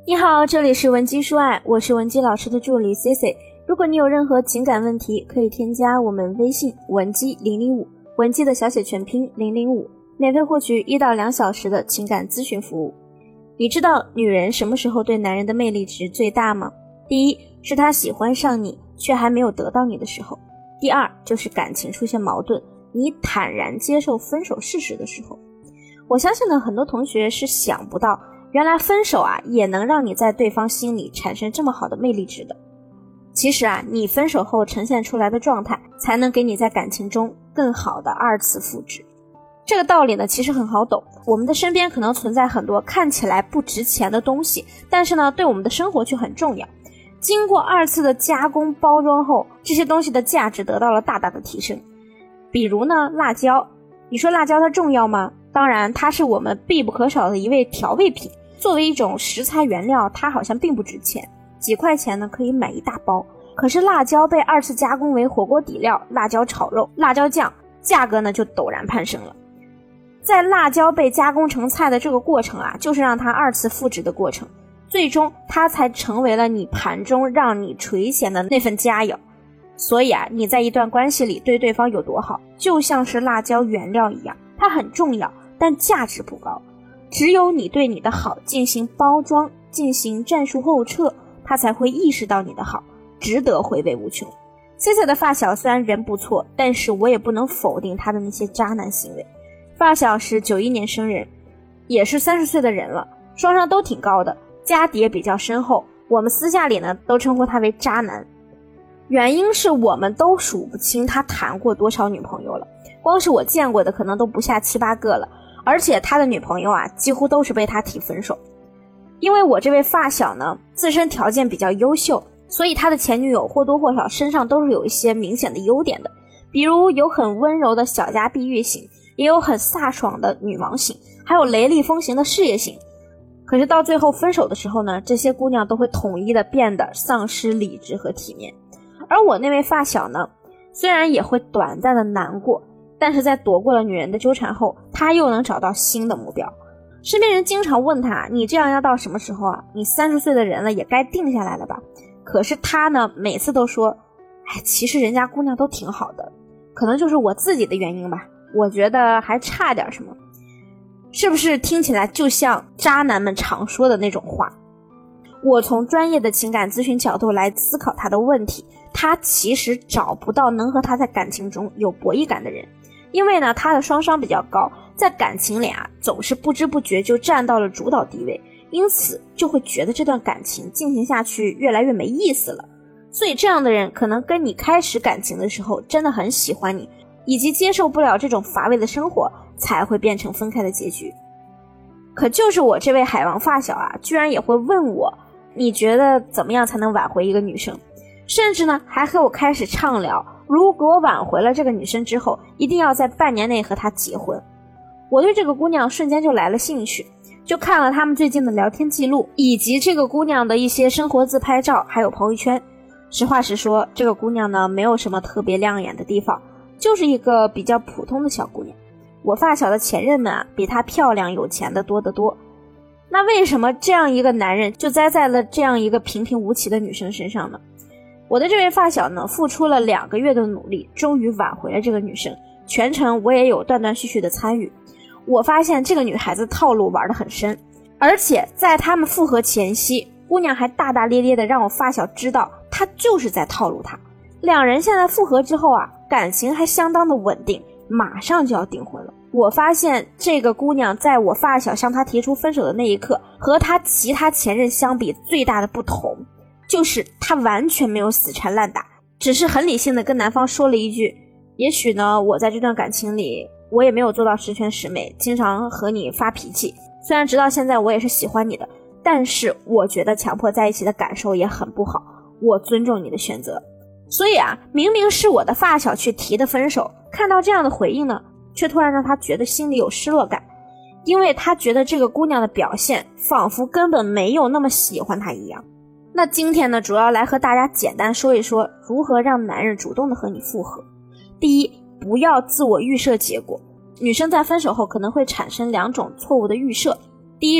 你好，这里是文姬说爱，我是文姬老师的助理 Cici。如果你有任何情感问题，可以添加我们微信文姬005，文姬的小写全拼005，免费获取1到2小时的情感咨询服务。你知道女人什么时候对男人的魅力值最大吗？第一，是她喜欢上你，却还没有得到你的时候；第二，就是感情出现矛盾，你坦然接受分手事实的时候。我相信呢，很多同学是想不到，原来分手也能让你在对方心里产生这么好的魅力值的。其实你分手后呈现出来的状态，才能给你在感情中更好的二次复制。这个道理呢，其实很好懂。我们的身边可能存在很多看起来不值钱的东西，但是呢，对我们的生活却很重要。经过2次的加工包装后，这些东西的价值得到了大大的提升。比如呢，辣椒。你说辣椒它重要吗？当然，它是我们必不可少的一味调味品。作为一种食材原料，它好像并不值钱，几块钱呢可以买一大包。可是辣椒被2次加工为火锅底料、辣椒炒肉、辣椒酱，价格呢就陡然攀升了。在辣椒被加工成菜的这个过程就是让它2次复制的过程，最终它才成为了你盘中让你垂涎的那份佳肴。所以你在一段关系里对对方有多好，就像是辣椒原料一样，它很重要，但价值不高。只有你对你的好进行包装，进行战术后撤，他才会意识到你的好，值得回味无穷。Cici 的发小虽然人不错，但是我也不能否定他的那些渣男行为。发小是91年生人，也是30岁的人了，双商都挺高的，家底也比较深厚，我们私下里呢都称呼他为渣男。原因是我们都数不清他谈过多少女朋友了，光是我见过的可能都不下7、8个了，而且他的女朋友几乎都是被他提分手。因为我这位发小呢自身条件比较优秀，所以他的前女友或多或少身上都是有一些明显的优点的，比如有很温柔的小家碧玉型，也有很飒爽的女王型，还有雷厉风行的事业型。可是到最后分手的时候呢，这些姑娘都会统一的变得丧失理智和体面。而我那位发小呢，虽然也会短暂的难过，但是在躲过了女人的纠缠后，他又能找到新的目标。身边人经常问他，你这样要到什么时候你30岁的人了，也该定下来了吧？可是他呢，每次都说，其实人家姑娘都挺好的，可能就是我自己的原因吧，我觉得还差点什么。是不是听起来就像渣男们常说的那种话？我从专业的情感咨询角度来思考他的问题，他其实找不到能和他在感情中有博弈感的人。因为呢，他的双商比较高，在感情里总是不知不觉就占到了主导地位，因此就会觉得这段感情进行下去越来越没意思了。所以这样的人可能跟你开始感情的时候真的很喜欢你，以及接受不了这种乏味的生活，才会变成分开的结局。可就是我这位海王发小居然也会问我，你觉得怎么样才能挽回一个女生？甚至呢还和我开始畅聊，如果挽回了这个女生之后，一定要在半年内和她结婚。我对这个姑娘瞬间就来了兴趣，就看了他们最近的聊天记录，以及这个姑娘的一些生活自拍照，还有朋友圈。实话实说，这个姑娘呢没有什么特别亮眼的地方，就是一个比较普通的小姑娘。我发小的前任们比她漂亮有钱的多得多。那为什么这样一个男人就栽在了这样一个平平无奇的女生身上呢？我的这位发小呢，付出了2个月的努力，终于挽回了这个女生，全程我也有断断续续的参与。我发现这个女孩子套路玩得很深，而且在他们复合前夕，姑娘还大大咧咧的让我发小知道她就是在套路她。2人现在复合之后感情还相当的稳定，马上就要订婚了。我发现这个姑娘在我发小向她提出分手的那一刻，和她其他前任相比，最大的不同就是她完全没有死缠烂打，只是很理性的跟男方说了一句，也许呢我在这段感情里我也没有做到十全十美，经常和你发脾气，虽然直到现在我也是喜欢你的，但是我觉得强迫在一起的感受也很不好，我尊重你的选择。所以明明是我的发小去提的分手，看到这样的回应呢，却突然让他觉得心里有失落感，因为他觉得这个姑娘的表现仿佛根本没有那么喜欢他一样。那今天呢，主要来和大家简单说一说如何让男人主动的和你复合。第一，不要自我预设结果。女生在分手后可能会产生2种错误的预设。第一种，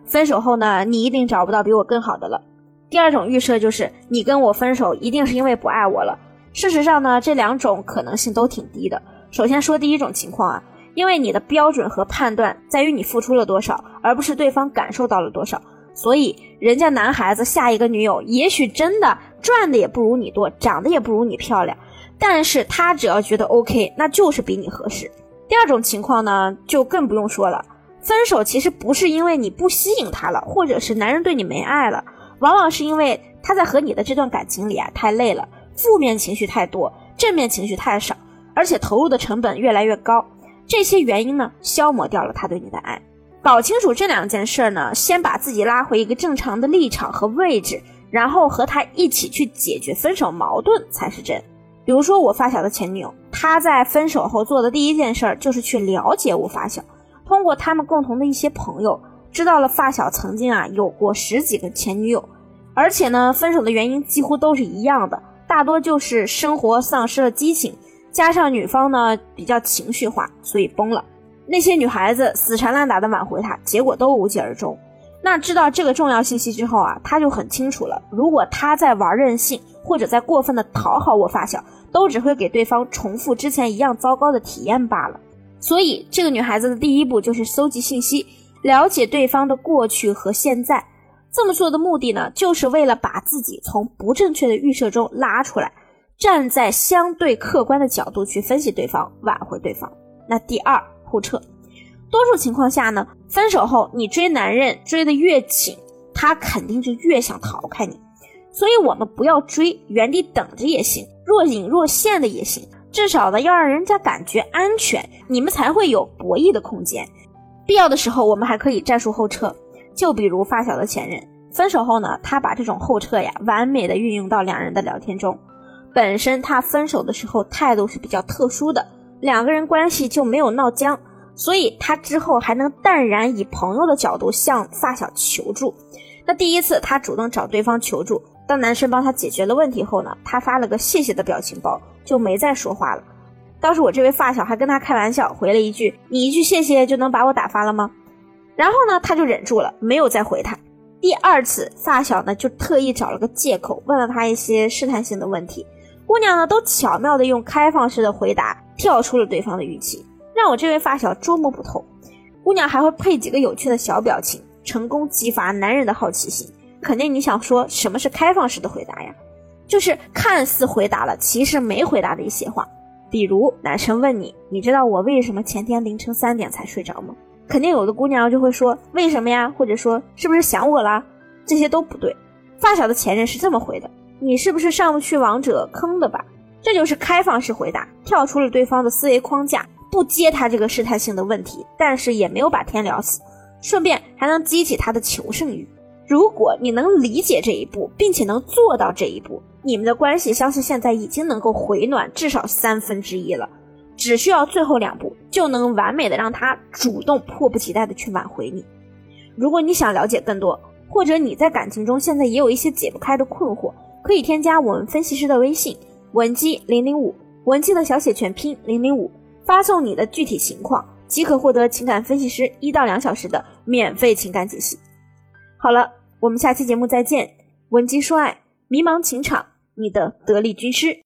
分手后呢，你一定找不到比我更好的了。第二种预设就是你跟我分手一定是因为不爱我了。事实上呢，这两种可能性都挺低的。首先说第一种情况啊，因为你的标准和判断在于你付出了多少，而不是对方感受到了多少。所以人家男孩子下一个女友也许真的赚的也不如你多，长得也不如你漂亮，但是他只要觉得 OK， 那就是比你合适。第二种情况呢，就更不用说了。分手其实不是因为你不吸引他了，或者是男人对你没爱了，往往是因为他在和你的这段感情里啊太累了，负面情绪太多，正面情绪太少，而且投入的成本越来越高。这些原因呢，消磨掉了他对你的爱。搞清楚这两件事呢，先把自己拉回一个正常的立场和位置，然后和他一起去解决分手矛盾才是真。比如说我发小的前女友，她在分手后做的第一件事就是去了解我发小，通过他们共同的一些朋友，知道了发小曾经有过10几个前女友，而且呢，分手的原因几乎都是一样的，大多就是生活丧失了激情，加上女方呢比较情绪化，所以崩了。那些女孩子死缠烂打的挽回他，结果都无疾而终。那知道这个重要信息之后他就很清楚了，如果他在玩任性，或者在过分的讨好我发小，都只会给对方重复之前一样糟糕的体验罢了。所以这个女孩子的第一步就是搜集信息，了解对方的过去和现在。这么做的目的呢，就是为了把自己从不正确的预设中拉出来，站在相对客观的角度去分析对方，挽回对方。那第二，后撤。多数情况下呢，分手后你追男人追得越紧，他肯定就越想逃开你。所以我们不要追，原地等着也行，若隐若现的也行，至少呢要让人家感觉安全，你们才会有博弈的空间。必要的时候我们还可以战术后撤，就比如发小的前任，分手后呢，他把这种后撤完美的运用到两人的聊天中。本身他分手的时候态度是比较特殊的，两个人关系就没有闹僵，所以他之后还能淡然以朋友的角度向发小求助。那第一次他主动找对方求助，当男生帮他解决了问题后呢，他发了个谢谢的表情包，就没再说话了。当时我这位发小还跟他开玩笑，回了一句，你一句谢谢就能把我打发了吗？然后呢，他就忍住了，没有再回他。第二次发小呢就特意找了个借口，问了他一些试探性的问题，姑娘呢都巧妙的用开放式的回答跳出了对方的预期，让我这位发小捉摸不透。姑娘还会配几个有趣的小表情，成功激发男人的好奇心。肯定你想说什么是开放式的回答呀？就是看似回答了其实没回答的一些话。比如男生问你，你知道我为什么前天凌晨3点才睡着吗？肯定有的姑娘就会说为什么呀，或者说是不是想我啦？这些都不对。发小的前任是这么回的，你是不是上不去王者坑的吧？这就是开放式回答，跳出了对方的思维框架，不接他这个试探性的问题，但是也没有把天聊死，顺便还能激起他的求胜欲。如果你能理解这一步，并且能做到这一步，你们的关系相信现在已经能够回暖至少1/3了，只需要最后2步就能完美的让他主动迫不及待的去挽回你。如果你想了解更多，或者你在感情中现在也有一些解不开的困惑，可以添加我们分析师的微信文姬005，文姬的小写全拼005，发送你的具体情况，即可获得情感分析师1到2小时的免费情感解析。好了，我们下期节目再见。文姬说爱，迷茫情场，你的得力军师。